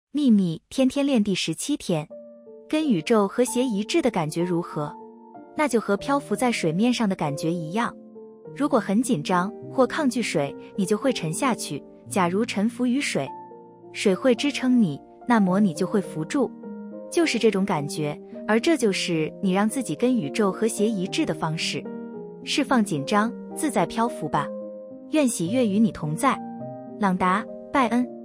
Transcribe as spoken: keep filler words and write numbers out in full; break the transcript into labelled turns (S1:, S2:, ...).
S1: 秘密天天练第十七天，跟宇宙和谐一致的感觉如何？那就和漂浮在水面上的感觉一样。如果很紧张或抗拒水，你就会沉下去。假如沉浮于水，水会支撑你，那么你就会浮住。就是这种感觉，而这就是你让自己跟宇宙和谐一致的方式。释放紧张，自在漂浮吧。愿喜悦与你同在。朗达·拜恩。